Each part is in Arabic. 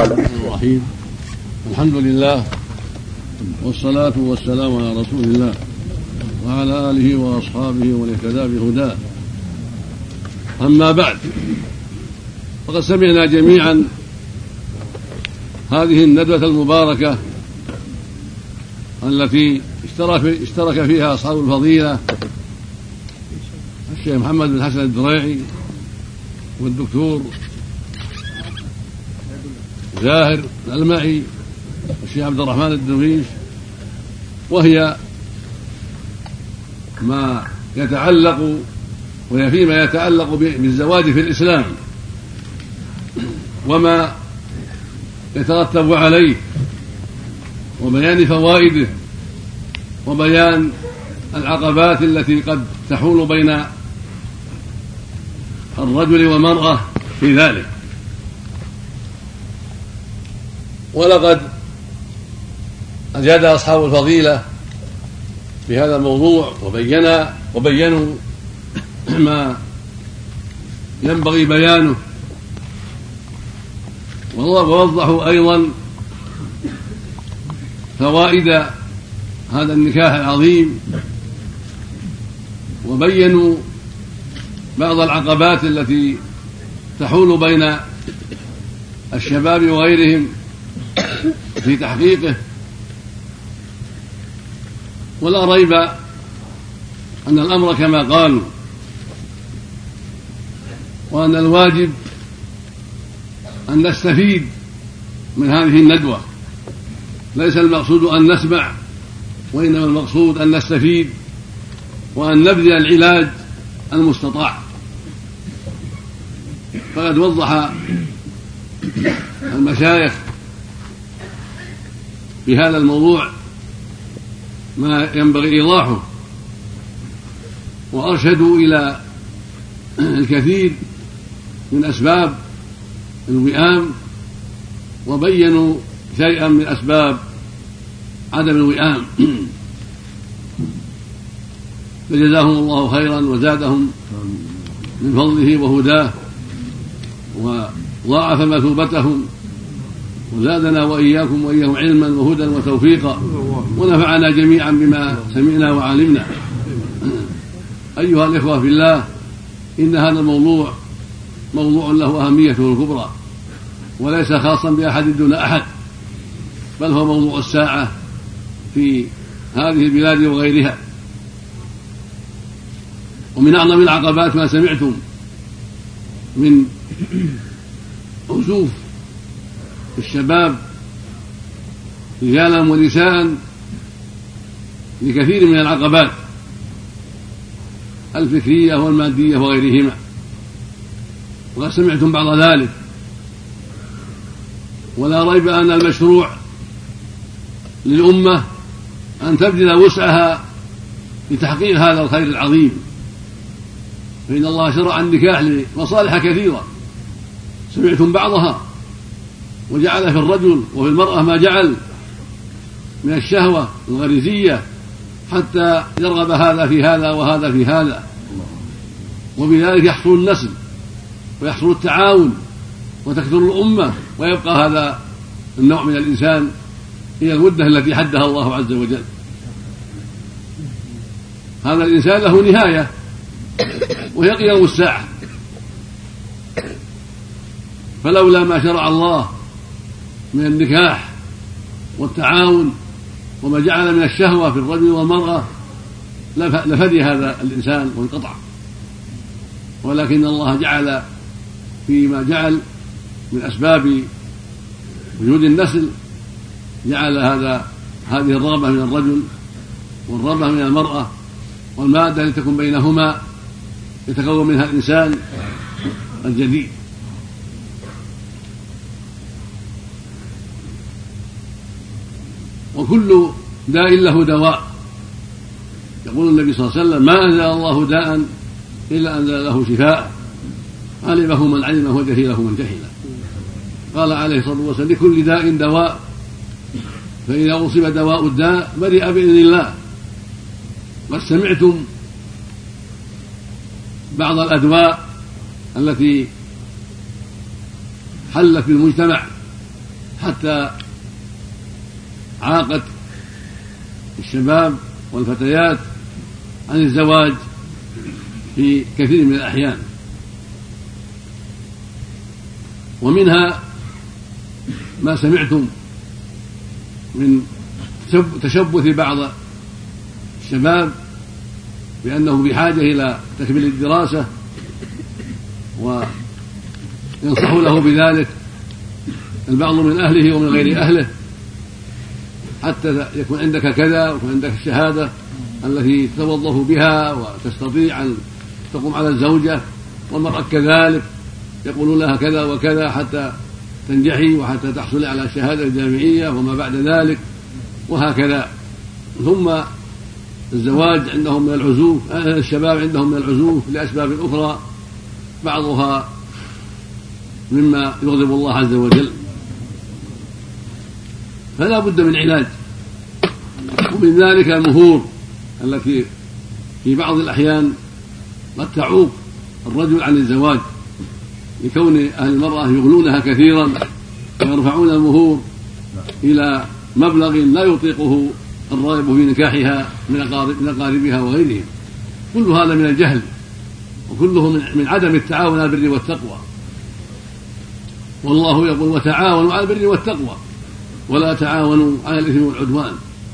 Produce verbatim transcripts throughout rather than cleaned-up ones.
الرحمن الرحيم. الحمد لله والصلاة والسلام على رسول الله وعلى آله وأصحابه ومن اهتدى بهداه. أما بعد، فقد سمعنا جميعا هذه الندوة المباركة التي اشترك فيها أصحاب الفضيلة الشيخ محمد بن حسن الدريعي والدكتور زاهر الألمعي والشيخ عبد الرحمن الدرويش، وهي ما يتعلق وهي فيما يتعلق بالزواج في الإسلام وما يترتب عليه وبيان فوائده وبيان العقبات التي قد تحول بين الرجل والمرأة في ذلك. ولقد أجاد أصحاب الفضيلة بهذا الموضوع وبينا وبينوا ما ينبغي بيانه، ووضحوا أيضا فوائد هذا النكاح العظيم، وبينوا بعض العقبات التي تحول بين الشباب وغيرهم في تحقيقه. ولا ريب أن الأمر كما قالوا، وأن الواجب أن نستفيد من هذه الندوة. ليس المقصود أن نسمع، وإنما المقصود أن نستفيد وأن نبذل العلاج المستطاع. فقد وضح المشايخ في هذا الموضوع ما ينبغي إيضاحه، وأرشدوا إلى الكثير من أسباب الوئام، وبينوا شيئا من أسباب عدم الوئام. فجزاهم الله خيرا وزادهم من فضله وهداه، وضاعف مثوبتهم، وزادنا وإياكم وإياهم علما وهدى وتوفيقا، ونفعنا جميعا بما سمعنا وعلمنا. أيها الإخوة في الله، إن هذا الموضوع موضوع له أهميته الكبرى، وليس خاصا بأحد دون أحد، بل هو موضوع الساعة في هذه البلاد وغيرها. ومن أعظم العقبات ما سمعتم من عزوف الشباب رجالا ونساء لكثير من العقبات الفكرية والمادية وغيرهما، وقد سمعتم بعض ذلك. ولا ريب أن المشروع للأمة أن تبذل وسعها لتحقيق هذا الخير العظيم، فإن الله شرع النكاح لمصالح كثيرة سمعتم بعضها، وجعل في الرجل وفي المرأة ما جعل من الشهوة الغريزية حتى يرغب هذا في هذا وهذا في هذا، وبذلك يحصل النسل ويحصل التعاون وتكثر الأمة، ويبقى هذا النوع من الإنسان هي المدة التي حدها الله عز وجل. هذا الإنسان له نهاية وهي قيام الساعة، فلولا ما شرع الله من النكاح والتعاون وما جعل من الشهوة في الرجل والمرأة لفدي هذا الإنسان وانقطع. ولكن الله جعل فيما جعل من أسباب وجود النسل، جعل هذا هذه الرغبة من الرجل والرغبة من المرأة والمادة لتكون بينهما يتكون منها الإنسان الجديد. وكل داء له دواء، يقول النبي صلى الله عليه وسلم: ما أنزل الله داء إلا أنزل له شفاء، علمه من علمه وجهله من جهله. قال عليه الصلاة والسلام: لكل داء دواء، فإذا أصيب دواء الداء برئ بإذن الله. قد سمعتم بعض الأدواء التي حلت بالمجتمع حتى عاقت الشباب والفتيات عن الزواج في كثير من الأحيان. ومنها ما سمعتم من تشبث بعض الشباب بأنه بحاجة إلى تكميل الدراسة وينصح له بذلك البعض من أهله ومن غير أهله حتى يكون عندك كذا ويكون عندك الشهادة التي تتوظف بها وتستطيع أن تقوم على الزوجة، والمرأة كذلك يقولون لها كذا وكذا حتى تنجحي وحتى تحصلي على الشهادة الجامعية وما بعد ذلك وهكذا. ثم الزواج عندهم من العزوف، الشباب عندهم من العزوف لأسباب أخرى بعضها مما يغضب الله عز وجل، فلا بد من علاج. ومن ذلك المهور التي في بعض الأحيان قد تعوق الرجل عن الزواج لكون أهل المرأة يغلونها كثيرا ويرفعون المهور إلى مبلغ لا يطيقه الراغب في نكاحها من أقاربها وغيرهم. كل هذا من الجهل وكله من عدم التعاون على البر والتقوى. والله يقول وتعاونوا على البر والتقوى ولا تعاونوا على الإثم والعدوان.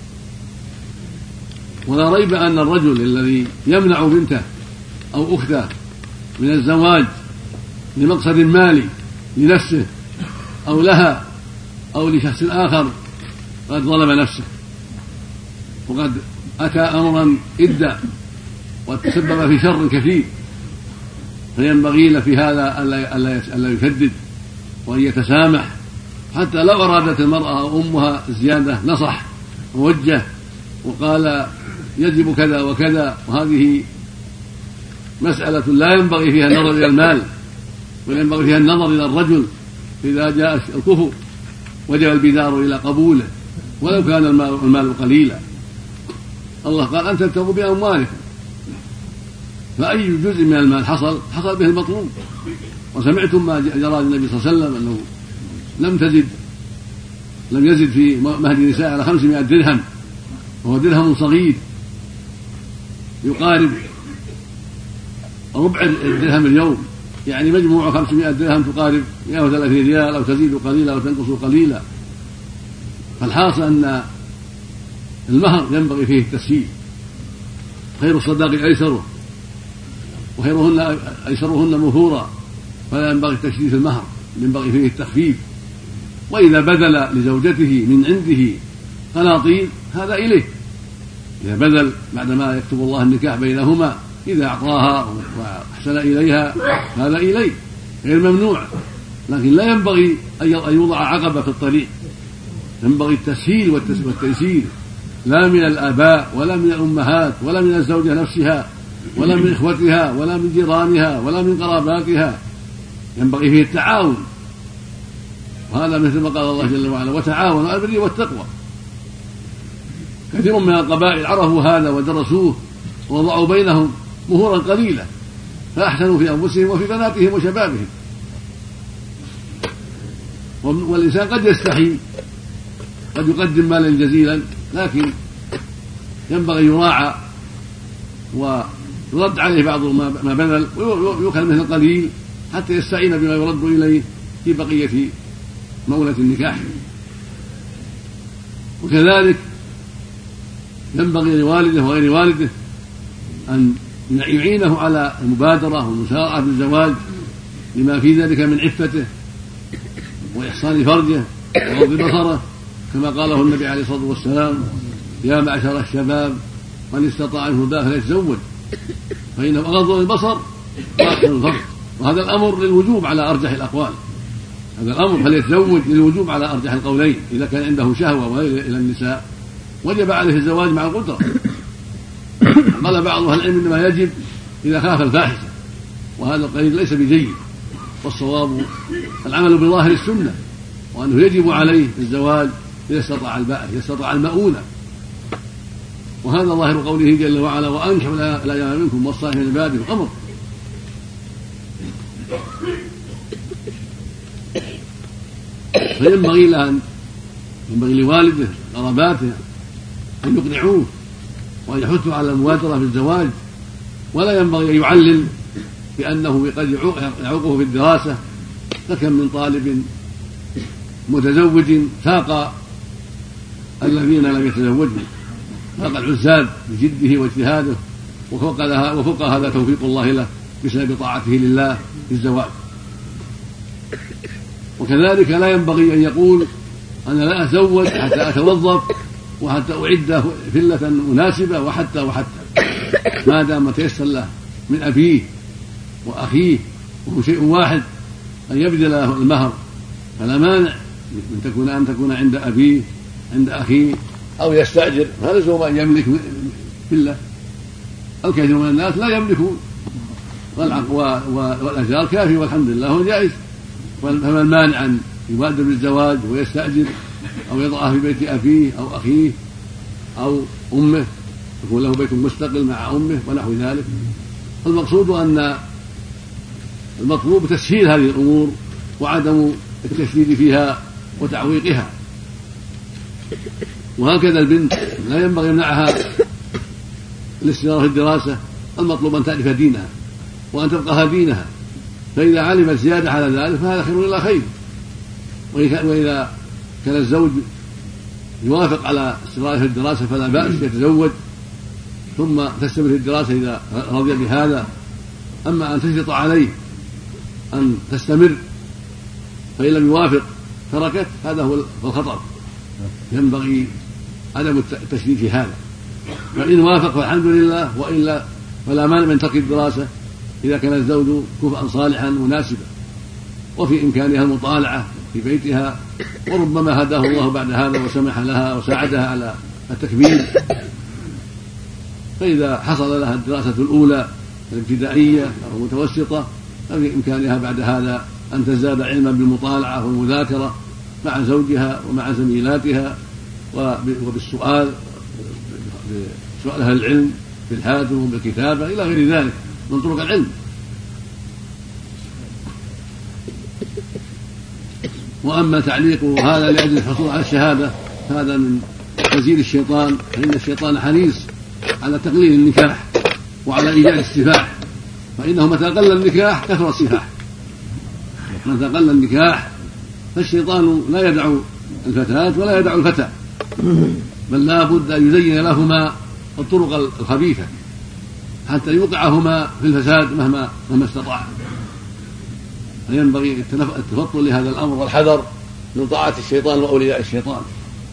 ولا ريب أن الرجل الذي يمنع بنته أو أخته من الزواج لمقصد مالي لنفسه أو لها أو لشخص آخر قد ظلم نفسه وقد أتى أمرا إدى وتسبب في شر كثير. فينبغي له في هذا ألا يشدد وأن يتسامح، حتى لو أرادت المرأة أو أمها الزيادة نصح ووجه وقال يجب كذا وكذا، وهذه مسألة لا ينبغي فيها النظر إلى المال ولا ينبغي فيها النظر إلى الرجل. إذا جاء الكفو وجب البدار إلى قبوله ولو كان المال قليلا. الله قال أن تبتغوا بأموالكم، فأي جزء من المال حصل حصل به المطلوب. وسمعتم ما جرى النبي صلى الله عليه وسلم أنه لم تزد لم يزد في مهد النساء على خمسمائة درهم، وهو درهم صغير يقارب ربع الدرهم اليوم، يعني مجموع خمسمائة درهم تقارب مائة وثلاثين ريال أو تزيد قليلا أو تنقص قليلا. فالحاصل أن المهر ينبغي فيه التسهيل، خير الصداق أيسره وخيرهن أيسرهن مهورا، فلا ينبغي تشديد المهر، ينبغي فيه التخفيف. وإذا بذل لزوجته من عنده قناطير هذا إليه، إذا بذل بعدما يكتب الله النكاح بينهما إذا أعطاها وأحسن إليها هذا إليه غير ممنوع، لكن لا ينبغي أن يوضع عقبة في الطريق. ينبغي التسهيل والتيسير، لا من الآباء ولا من الأمهات ولا من الزوجة نفسها ولا من إخوتها ولا من جيرانها ولا من قراباتها، ينبغي فيه التعاون. وهذا مثل ما قال الله جل وعلا وتعاونوا على البر والتقوى. كثير من القبائل عرفوا هذا ودرسوه ووضعوا بينهم مهورا قليلا فأحسنوا في أنفسهم وفي بناتهم وشبابهم. والإنسان قد يستحي، قد يقدم مالا جزيلا، لكن ينبغي يراعى ويرد عليه بعض ما بذل ويؤخذ منه القليل حتى يستعين بما يرد إليه في بقية مولة النكاح. وكذلك ينبغي لوالده وغير والده أن يعينه على المبادرة والمسارعة بالزواج لما في ذلك من عفته وإحصان فرجه وغض بصره، كما قاله النبي عليه الصلاة والسلام يا معشر الشباب من استطاع منكم الباء فليتزوج فإنه أغض البصر وأحسن الفرج. وهذا الأمر للوجوب على أرجح الأقوال، هذا الأمر فليتزوج للوجوب على أرجح القولين. إذا كان عنده شهوة وغير إلى النساء وجب عليه الزواج مع القدرة. قال بعض أهل العلم إنما يجب إذا خاف الفاحشة، وهذا القيد ليس بجيد، والصواب العمل بظاهر السنة وأنه يجب عليه الزواج إذا استطاع الباء إذا استطاع المؤونة. وهذا ظاهر قوله جل وعلا وأنكحوا الأيام منكم والصالحين من عبادكم أمر. فينبغي له أن ينبغي لوالده قراباته أن يقنعوه وأن يحثوا على المبادرة في الزواج، ولا ينبغي أن يعلل بأنه قد يعوقه في الدراسة، فكم من طالب متزوج فاق الذين لم يتزوجوا، فاق العزاب بجده واجتهاده، وفوق لها وفوق هذا توفيق الله له بسبب طاعته لله في الزواج. وكذلك لا ينبغي أن يقول أنا لا أتزوج حتى أتوظف وحتى أعد فلة مناسبة وحتى وحتى ما دام تيسر له من أبيه وأخيه وهو شيء واحد أن يبذل له المهر، فلا مانع من تكون أن تكون عند أبيه عند أخيه أو يستأجر، هذا لزوم أن يملك فلة. الكثير من الناس لا يملكون، والأجار كافي والحمد لله هو جائز، فما المانع أن يبادر بالزواج ويستأجر أو يضعها في بيت أبيه أو أخيه أو أمه، يكون له بيت مستقل مع أمه ونحو ذلك. فالمقصود أن المطلوب تسهيل هذه الأمور وعدم التشديد فيها وتعويقها. وهكذا البنت لا ينبغي يمنعها الاستمرار في الدراسة، المطلوب أن تعرف دينها وأن تفقه دينها، فإذا علمت زيادة على ذلك فهذا خير إلى خير. وإذا كان الزوج يوافق على استمراره في الدراسة فلا بأس يتزوج ثم تستمر في الدراسة إذا رضي بهذا. أما أن تشرط عليه أن تستمر فإن لم يوافق تركت، هذا هو الخطر، ينبغي عدم التشديد في هذا. فإن وافق فالحمد لله، وإلا فلا مانع من ترك الدراسة إذا كان الزوج كفءا صالحا مناسبا وفي إمكانها المطالعة في بيتها، وربما هداه الله بعد هذا وسمح لها وساعدها على التكميل. فإذا حصل لها الدراسة الأولى الابتدائية أو المتوسطة ففي إمكانها بعد هذا أن تزداد علما بالمطالعة والمذاكرة مع زوجها ومع زميلاتها وبالسؤال بسؤالها العلم بالهاتف وبالكتابة إلى غير ذلك من طرق العلم. وأما تعليق هذا لأجل الحصول على الشهادة هذا من تزييد الشيطان، فإن الشيطان حريص على تقليل النكاح وعلى إيجاد السفاح، فإنه متى قل النكاح كثر السفاح. متى قل النكاح فالشيطان لا يدع الفتاة ولا يدع الفتى، بل لا بد أن يزين لهما الطرق الخبيثة حتى يوقعهما في الفساد مهما مهما استطاع. فينبغي التفطن لهذا الأمر والحذر من طاعة الشيطان وأولياء الشيطان.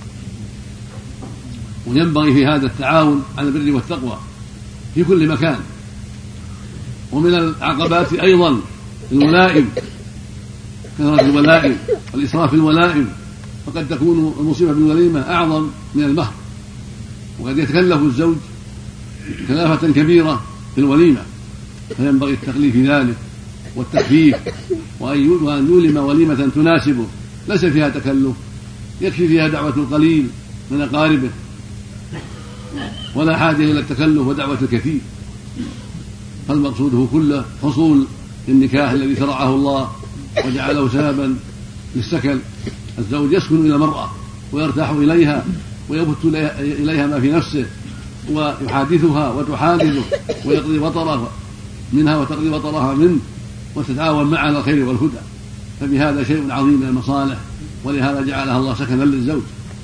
وينبغي في هذا التعاون على البر والتقوى في كل مكان. ومن العقبات أيضا الولائم، كثرة الولائم والإسراف في الولائم، فقد تكون المصيبة بالوليمة أعظم من المهر، وقد يتكلف الزوج كلافة كبيرة في الوليمة، فينبغي التقليل في ذلك والتخفيف، وأن يولم وليمة تناسبه ليس فيها تكلف، يكفي فيها دعوة القليل من أقاربه ولا حاجة إلى التكلف ودعوة الكثير. فالمقصود هو كله حصول النكاح الذي شرعه الله وجعله سببا للسكن. الزوج يسكن إلى المرأة ويرتاح إليها ويبث إليها ما في نفسه ويحادثها وتحادثه ويقضي وطره منها وتقضي وطرها منه وتتعاون معه على الخير والهدى. فبهذا شيء عظيم من المصالح، ولهذا جعلها الله سكنا للزوج.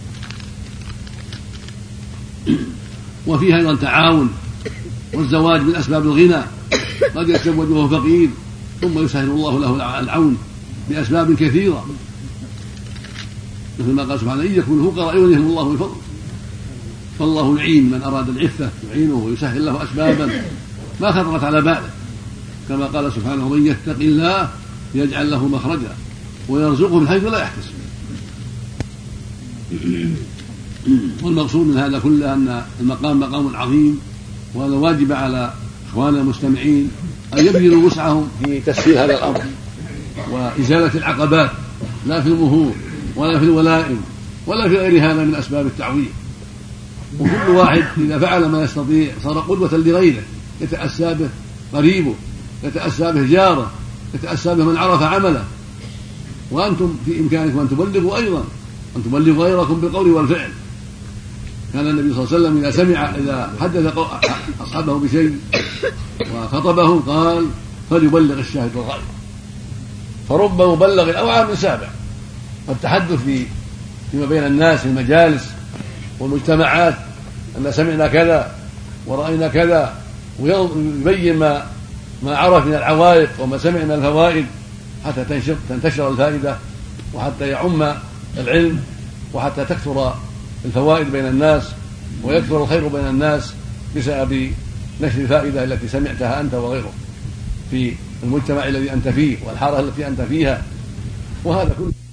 وفيها أيضا تعاون، والزواج من أسباب الغنى، قد يتزوج وهو فقير ثم يسهل الله له العون بأسباب كثيرة، مثل ما قال سبحانه إن يكونوا فقراء يغنيهم الله من فضله. فالله يعين من أراد العفة، يعينه ويسهل له أسبابا ما خطرت على باله، كما قال سبحانه من يتق الله يجعل له مخرجا ويرزقه من حيث لا يحتسب. والمقصود من هذا كله أن المقام مقام عظيم، وهذا واجب على إخواننا المستمعين أن يبذلوا وسعهم في تسهيل هذا الأمر وإزالة العقبات، لا في المهور ولا في الولائم ولا في غير هذا من أسباب التعويض. وكل واحد إذا فعل ما يستطيع صار قدوة لغيره، يتأسى به قريبه، يتأسى به جاره، يتأسى به من عرف عمله. وأنتم في إمكانكم أن تبلغوا أيضا، أن تبلغوا غيركم بالقول والفعل. كان النبي صلى الله عليه وسلم إذا سمع إذا حدث أصحابه بشيء وخطبهم قال فليبلغ الشاهد الغائب، فرب مبلغ أوعى من سابع. فالتحدث في فيما بين الناس في المجالس والمجتمعات أن سمعنا كذا ورأينا كذا، ويبين ما ما عرف من العوائق وما سمع من الفوائد حتى تنشر تنتشر الفائدة وحتى يعم العلم وحتى تكثر الفوائد بين الناس ويكثر الخير بين الناس بسبب نشر الفائدة التي سمعتها أنت وغيرك في المجتمع الذي أنت فيه والحارة التي أنت فيها. وهذا كله